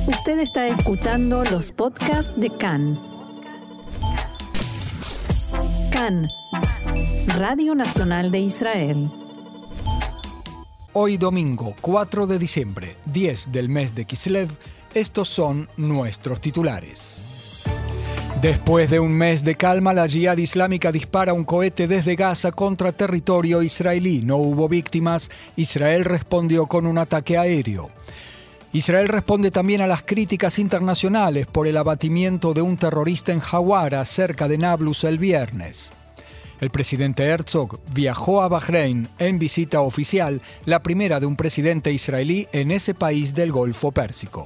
Usted está escuchando los podcasts de CAN. CAN, Radio Nacional de Israel. Hoy domingo, 4 de diciembre, 10 del mes de Kislev, estos son nuestros titulares. Después de un mes de calma, la Yihad Islámica dispara un cohete desde Gaza contra territorio israelí. No hubo víctimas. Israel respondió con un ataque aéreo. Israel responde también a las críticas internacionales por el abatimiento de un terrorista en Hawara, cerca de Nablus, el viernes. El presidente Herzog viajó a Bahrein en visita oficial, la primera de un presidente israelí en ese país del Golfo Pérsico.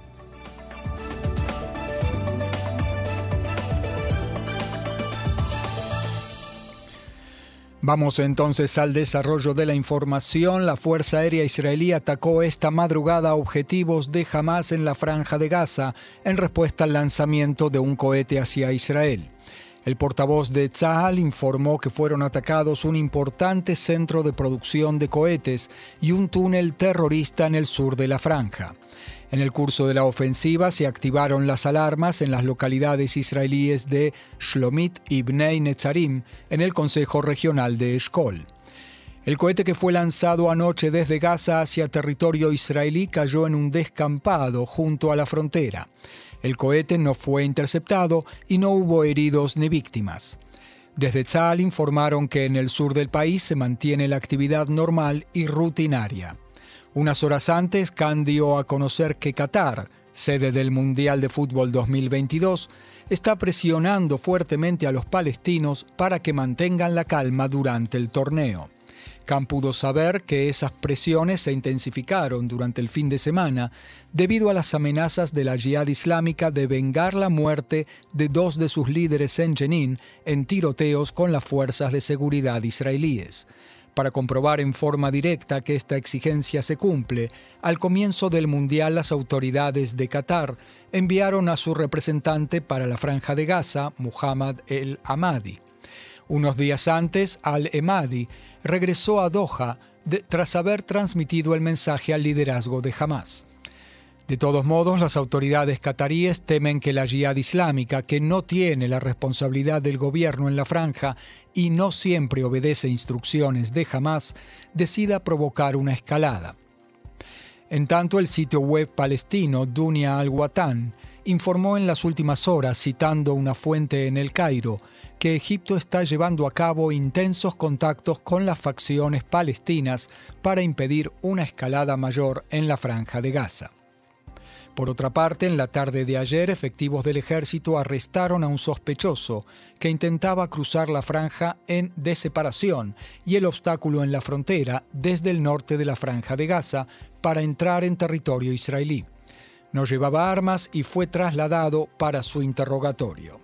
Vamos entonces al desarrollo de la información. La Fuerza Aérea Israelí atacó esta madrugada objetivos de Hamás en la Franja de Gaza en respuesta al lanzamiento de un cohete hacia Israel. El portavoz de Tzahal informó que fueron atacados un importante centro de producción de cohetes y un túnel terrorista en el sur de la franja. En el curso de la ofensiva se activaron las alarmas en las localidades israelíes de Shlomit y Bnei Netzarim, en el Consejo Regional de Eshkol. El cohete que fue lanzado anoche desde Gaza hacia territorio israelí cayó en un descampado junto a la frontera. El cohete no fue interceptado y no hubo heridos ni víctimas. Desde Tzahal informaron que en el sur del país se mantiene la actividad normal y rutinaria. Unas horas antes, CAN dio a conocer que Qatar, sede del Mundial de Fútbol 2022, está presionando fuertemente a los palestinos para que mantengan la calma durante el torneo. CAN pudo saber que esas presiones se intensificaron durante el fin de semana debido a las amenazas de la Yihad Islámica de vengar la muerte de 2 de sus líderes en Jenin en tiroteos con las fuerzas de seguridad israelíes. Para comprobar en forma directa que esta exigencia se cumple, al comienzo del Mundial las autoridades de Qatar enviaron a su representante para la Franja de Gaza, Muhammad El Ahmadi. Unos días antes, Al-Emadi regresó a Doha tras haber transmitido el mensaje al liderazgo de Hamás. De todos modos, las autoridades cataríes temen que la Yihad Islámica, que no tiene la responsabilidad del gobierno en la franja y no siempre obedece instrucciones de Hamás, decida provocar una escalada. En tanto, el sitio web palestino Dunya al-Watan informó en las últimas horas, citando una fuente en El Cairo, que Egipto está llevando a cabo intensos contactos con las facciones palestinas para impedir una escalada mayor en la Franja de Gaza. Por otra parte, en la tarde de ayer, efectivos del ejército arrestaron a un sospechoso que intentaba cruzar la franja de separación y el obstáculo en la frontera desde el norte de la Franja de Gaza para entrar en territorio israelí. No llevaba armas y fue trasladado para su interrogatorio.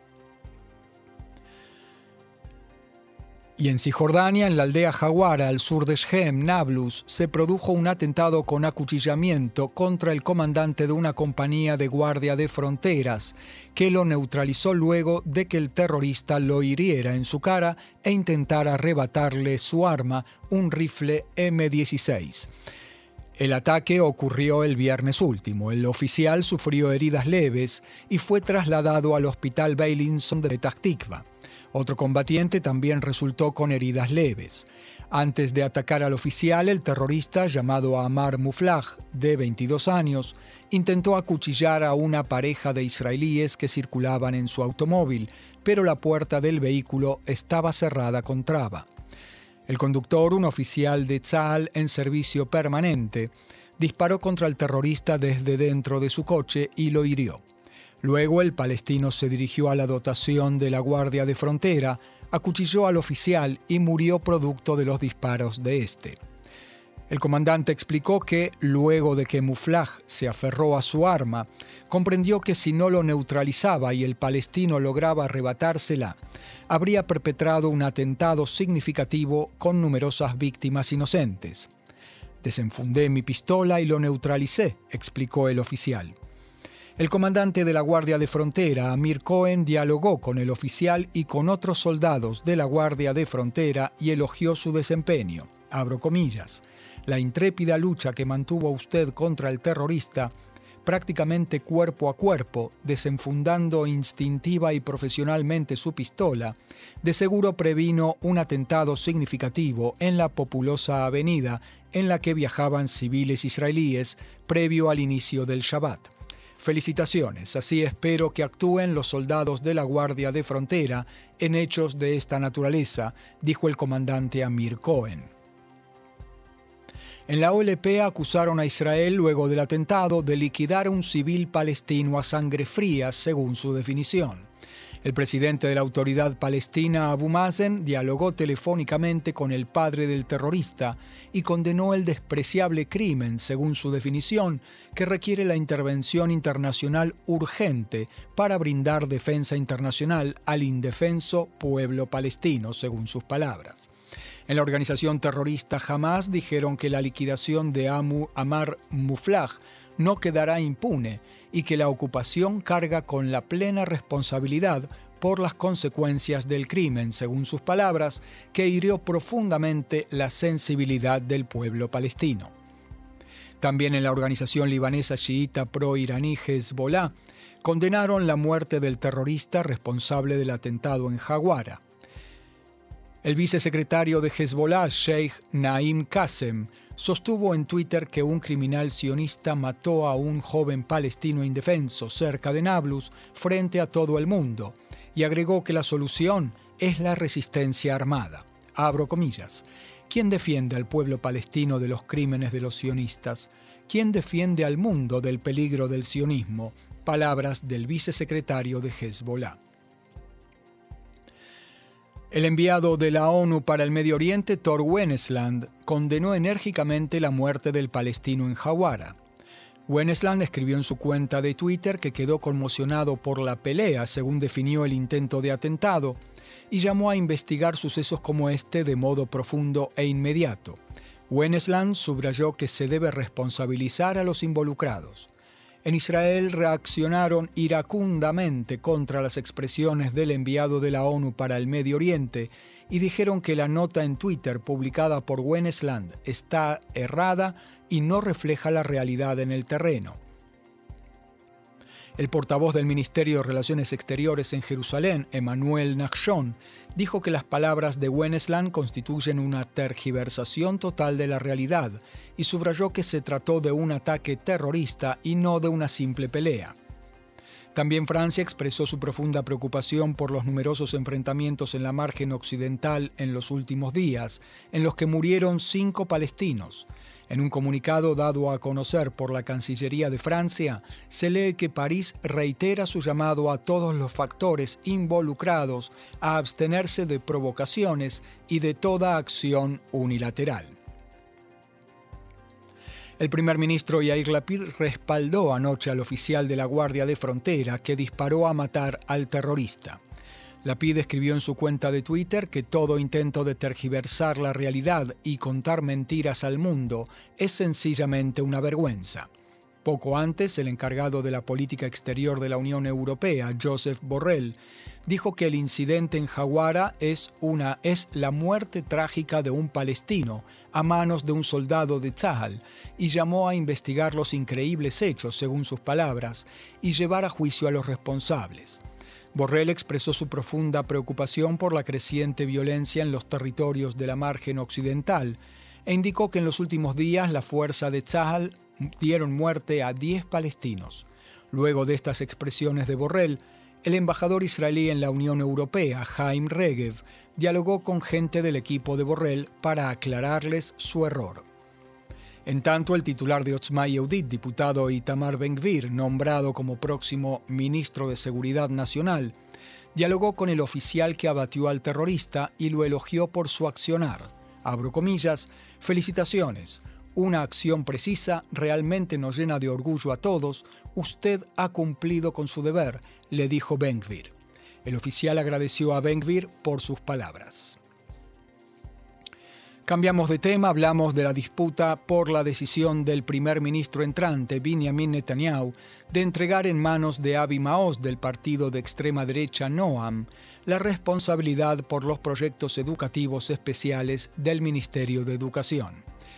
Y en Cisjordania, en la aldea Hawara, al sur de Shem, Nablus, se produjo un atentado con acuchillamiento contra el comandante de una compañía de guardia de fronteras, que lo neutralizó luego de que el terrorista lo hiriera en su cara e intentara arrebatarle su arma, un rifle M16. El ataque ocurrió el viernes último. El oficial sufrió heridas leves y fue trasladado al hospital Beilinson de Petah Tikva. Otro combatiente también resultó con heridas leves. Antes de atacar al oficial, el terrorista, llamado Amar Muflaj, de 22 años, intentó acuchillar a una pareja de israelíes que circulaban en su automóvil, pero la puerta del vehículo estaba cerrada con traba. El conductor, un oficial de Tzahal en servicio permanente, disparó contra el terrorista desde dentro de su coche y lo hirió. Luego el palestino se dirigió a la dotación de la Guardia de Frontera, acuchilló al oficial y murió producto de los disparos de este. El comandante explicó que, luego de que Muflaj se aferró a su arma, comprendió que si no lo neutralizaba y el palestino lograba arrebatársela, habría perpetrado un atentado significativo con numerosas víctimas inocentes. «Desenfundé mi pistola y lo neutralicé», explicó el oficial. El comandante de la Guardia de Frontera, Amir Cohen, dialogó con el oficial y con otros soldados de la Guardia de Frontera y elogió su desempeño. Abro comillas. La intrépida lucha que mantuvo usted contra el terrorista prácticamente cuerpo a cuerpo, desenfundando instintiva y profesionalmente su pistola, de seguro previno un atentado significativo en la populosa avenida en la que viajaban civiles israelíes previo al inicio del Shabbat. Felicitaciones, así espero que actúen los soldados de la Guardia de Frontera en hechos de esta naturaleza, dijo el comandante Amir Cohen. En la OLP acusaron a Israel luego del atentado de liquidar a un civil palestino a sangre fría, según su definición. El presidente de la Autoridad Palestina, Abu Mazen, dialogó telefónicamente con el padre del terrorista y condenó el despreciable crimen, según su definición, que requiere la intervención internacional urgente para brindar defensa internacional al indefenso pueblo palestino, según sus palabras. En la organización terrorista Hamas dijeron que la liquidación de Ammar Muflaj no quedará impune y que la ocupación carga con la plena responsabilidad por las consecuencias del crimen, según sus palabras, que hirió profundamente la sensibilidad del pueblo palestino. También en la organización libanesa chiita pro-iraní Hezbollah condenaron la muerte del terrorista responsable del atentado en Hawara. El vicesecretario de Hezbollah, Sheikh Naim Qassem, sostuvo en Twitter que un criminal sionista mató a un joven palestino indefenso cerca de Nablus frente a todo el mundo y agregó que la solución es la resistencia armada. Abro comillas. ¿Quién defiende al pueblo palestino de los crímenes de los sionistas? ¿Quién defiende al mundo del peligro del sionismo? Palabras del vicesecretario de Hezbollah. El enviado de la ONU para el Medio Oriente, Tor Wennesland, condenó enérgicamente la muerte del palestino en Hawara. Wennesland escribió en su cuenta de Twitter que quedó conmocionado por la pelea, según definió el intento de atentado, y llamó a investigar sucesos como este de modo profundo e inmediato. Wennesland subrayó que se debe responsabilizar a los involucrados. En Israel reaccionaron iracundamente contra las expresiones del enviado de la ONU para el Medio Oriente y dijeron que la nota en Twitter publicada por Wennesland está errada y no refleja la realidad en el terreno. El portavoz del Ministerio de Relaciones Exteriores en Jerusalén, Emmanuel Nachshon, dijo que las palabras de Wennesland constituyen una tergiversación total de la realidad y subrayó que se trató de un ataque terrorista y no de una simple pelea. También Francia expresó su profunda preocupación por los numerosos enfrentamientos en la margen occidental en los últimos días, en los que murieron 5 palestinos. En un comunicado dado a conocer por la Cancillería de Francia, se lee que París reitera su llamado a todos los factores involucrados a abstenerse de provocaciones y de toda acción unilateral. El primer ministro Yair Lapid respaldó anoche al oficial de la Guardia de Frontera que disparó a matar al terrorista. Lapid escribió en su cuenta de Twitter que todo intento de tergiversar la realidad y contar mentiras al mundo es sencillamente una vergüenza. Poco antes, el encargado de la política exterior de la Unión Europea, Josep Borrell, dijo que el incidente en Hawara es la muerte trágica de un palestino a manos de un soldado de Tzahal y llamó a investigar los increíbles hechos, según sus palabras, y llevar a juicio a los responsables. Borrell expresó su profunda preocupación por la creciente violencia en los territorios de la margen occidental e indicó que en los últimos días la fuerza de Tzahal dieron muerte a 10 palestinos. Luego de estas expresiones de Borrell, el embajador israelí en la Unión Europea, Haim Regev, dialogó con gente del equipo de Borrell para aclararles su error. En tanto, el titular de Otzma Yehudit, diputado Itamar Ben-Gvir, nombrado como próximo ministro de Seguridad Nacional, dialogó con el oficial que abatió al terrorista y lo elogió por su accionar. Abro comillas, felicitaciones. Una acción precisa realmente nos llena de orgullo a todos. Usted ha cumplido con su deber, le dijo Ben-Gvir. El oficial agradeció a Ben-Gvir por sus palabras. Cambiamos de tema, hablamos de la disputa por la decisión del primer ministro entrante, Benjamin Netanyahu, de entregar en manos de Avi Maoz del partido de extrema derecha Noam la responsabilidad por los proyectos educativos especiales del Ministerio de Educación.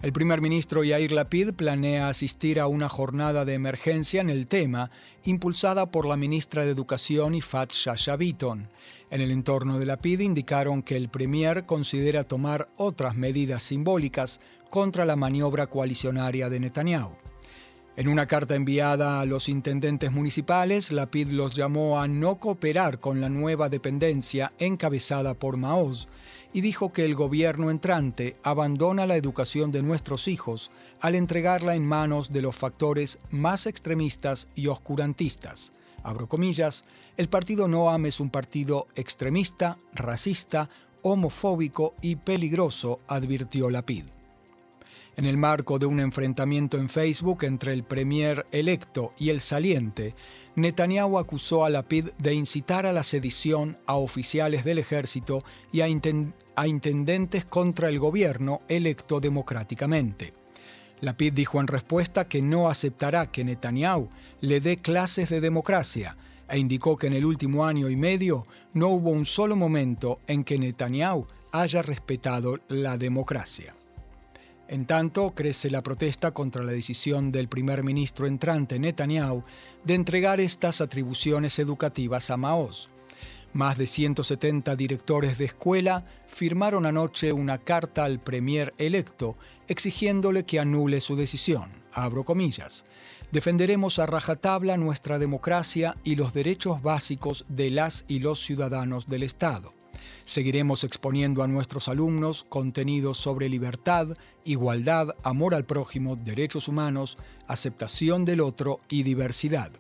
El primer ministro Yair Lapid planea asistir a una jornada de emergencia en el tema, impulsada por la ministra de Educación Yifat Shasha Bitton. En el entorno de Lapid indicaron que el premier considera tomar otras medidas simbólicas contra la maniobra coalicionaria de Netanyahu. En una carta enviada a los intendentes municipales, Lapid los llamó a no cooperar con la nueva dependencia encabezada por Maoz y dijo que el gobierno entrante abandona la educación de nuestros hijos al entregarla en manos de los factores más extremistas y oscurantistas. Abro comillas, el partido Noam es un partido extremista, racista, homofóbico y peligroso, advirtió Lapid. En el marco de un enfrentamiento en Facebook entre el premier electo y el saliente, Netanyahu acusó a Lapid de incitar a la sedición a oficiales del ejército y a intendentes contra el gobierno electo democráticamente. Lapid dijo en respuesta que no aceptará que Netanyahu le dé clases de democracia e indicó que en el último año y medio no hubo un solo momento en que Netanyahu haya respetado la democracia. En tanto, crece la protesta contra la decisión del primer ministro entrante Netanyahu de entregar estas atribuciones educativas a Maoz. Más de 170 directores de escuela firmaron anoche una carta al premier electo exigiéndole que anule su decisión. Abro comillas. Defenderemos a rajatabla nuestra democracia y los derechos básicos de las y los ciudadanos del Estado. Seguiremos exponiendo a nuestros alumnos contenidos sobre libertad, igualdad, amor al prójimo, derechos humanos, aceptación del otro y diversidad.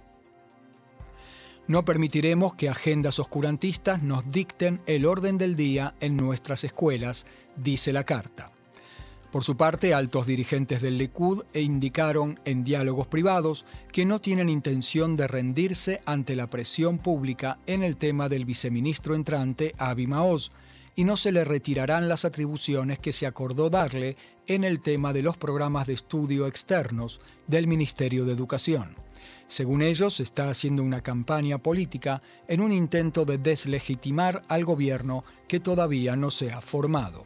No permitiremos que agendas oscurantistas nos dicten el orden del día en nuestras escuelas, dice la carta. Por su parte, altos dirigentes del Likud indicaron en diálogos privados que no tienen intención de rendirse ante la presión pública en el tema del viceministro entrante Avi Maoz y no se le retirarán las atribuciones que se acordó darle en el tema de los programas de estudio externos del Ministerio de Educación. Según ellos, se está haciendo una campaña política en un intento de deslegitimar al gobierno que todavía no se ha formado.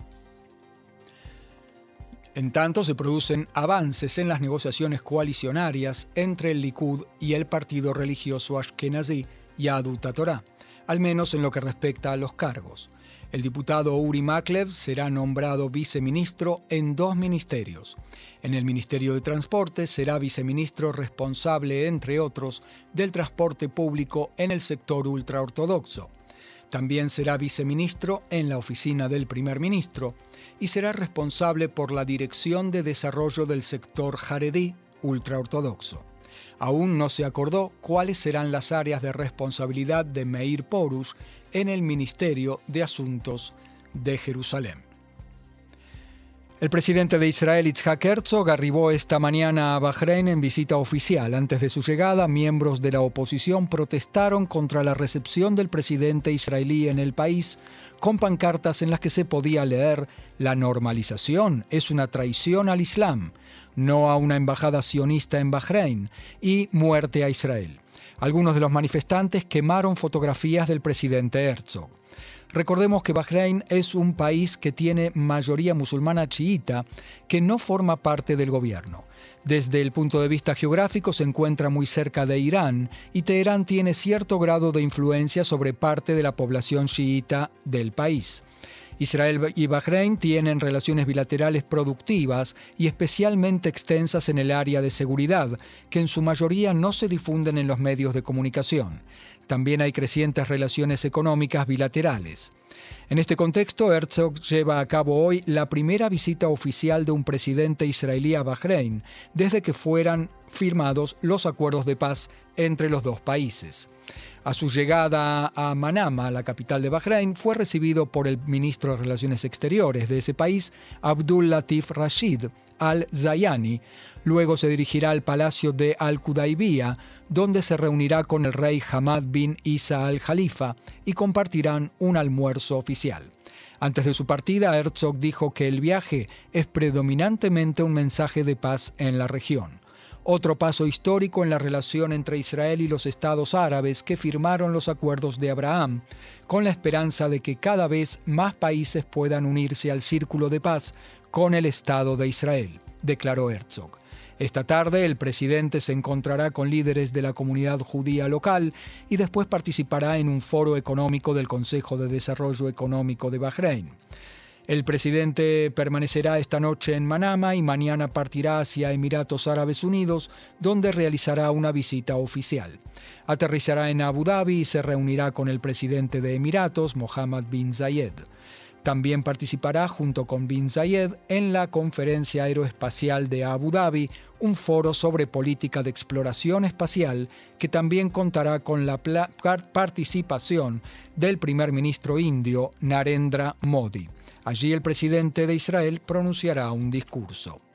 En tanto, se producen avances en las negociaciones coalicionarias entre el Likud y el partido religioso Ashkenazí Yahadut HaTorah, al menos en lo que respecta a los cargos. El diputado Uri Maklev será nombrado viceministro en 2 ministerios. En el Ministerio de Transporte será viceministro responsable, entre otros, del transporte público en el sector ultraortodoxo. También será viceministro en la oficina del primer ministro y será responsable por la dirección de desarrollo del sector jaredí ultraortodoxo. Aún no se acordó cuáles serán las áreas de responsabilidad de Meir Porush en el Ministerio de Asuntos de Jerusalén. El presidente de Israel, Yitzhak Herzog, arribó esta mañana a Bahrein en visita oficial. Antes de su llegada, miembros de la oposición protestaron contra la recepción del presidente israelí en el país, con pancartas en las que se podía leer: «La normalización es una traición al Islam, no a una embajada sionista en Bahrein» y «Muerte a Israel». Algunos de los manifestantes quemaron fotografías del presidente Herzog. Recordemos que Bahrein es un país que tiene mayoría musulmana chiita que no forma parte del gobierno. Desde el punto de vista geográfico se encuentra muy cerca de Irán y Teherán tiene cierto grado de influencia sobre parte de la población chiita del país. Israel y Bahrein tienen relaciones bilaterales productivas y especialmente extensas en el área de seguridad, que en su mayoría no se difunden en los medios de comunicación. También hay crecientes relaciones económicas bilaterales. En este contexto, Herzog lleva a cabo hoy la primera visita oficial de un presidente israelí a Bahrein desde que fueran firmados los acuerdos de paz entre los dos países. A su llegada a Manama, la capital de Bahrein, fue recibido por el ministro de Relaciones Exteriores de ese país, Abdul Latif Rashid Al-Zayani. Luego se dirigirá al Palacio de Al-Qudaybiyah, donde se reunirá con el rey Hamad bin Isa al-Jalifa y compartirán un almuerzo oficial. Antes de su partida, Herzog dijo que el viaje es predominantemente un mensaje de paz en la región. otro paso histórico en la relación entre Israel y los estados árabes que firmaron los acuerdos de Abraham, con la esperanza de que cada vez más países puedan unirse al círculo de paz con el Estado de Israel, declaró Herzog. Esta tarde el presidente se encontrará con líderes de la comunidad judía local y después participará en un foro económico del Consejo de Desarrollo Económico de Bahrein. El presidente permanecerá esta noche en Manama y mañana partirá hacia Emiratos Árabes Unidos, donde realizará una visita oficial. Aterrizará en Abu Dhabi y se reunirá con el presidente de Emiratos, Mohammed bin Zayed. También participará junto con bin Zayed en la Conferencia Aeroespacial de Abu Dhabi, un foro sobre política de exploración espacial que también contará con la participación del primer ministro indio Narendra Modi. Allí el presidente de Israel pronunciará un discurso.